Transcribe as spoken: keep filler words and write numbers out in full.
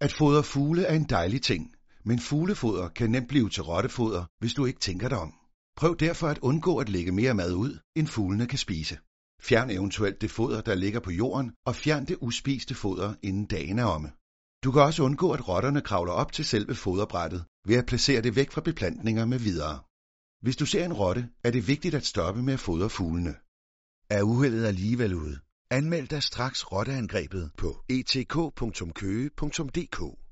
At fodre fugle er en dejlig ting, men fuglefoder kan nemt blive til rottefoder, hvis du ikke tænker dig om. Prøv derfor at undgå at lægge mere mad ud, end fuglene kan spise. Fjern eventuelt det foder, der ligger på jorden, og fjern det uspiste foder, inden dagen er omme. Du kan også undgå, at rotterne kravler op til selve foderbrættet, ved at placere det væk fra beplantninger med videre. Hvis du ser en rotte, er det vigtigt at stoppe med at fodre fuglene. Er uheldet alligevel ude? Anmeld dig straks rotteangrebet på e t k punktum køge punktum d k.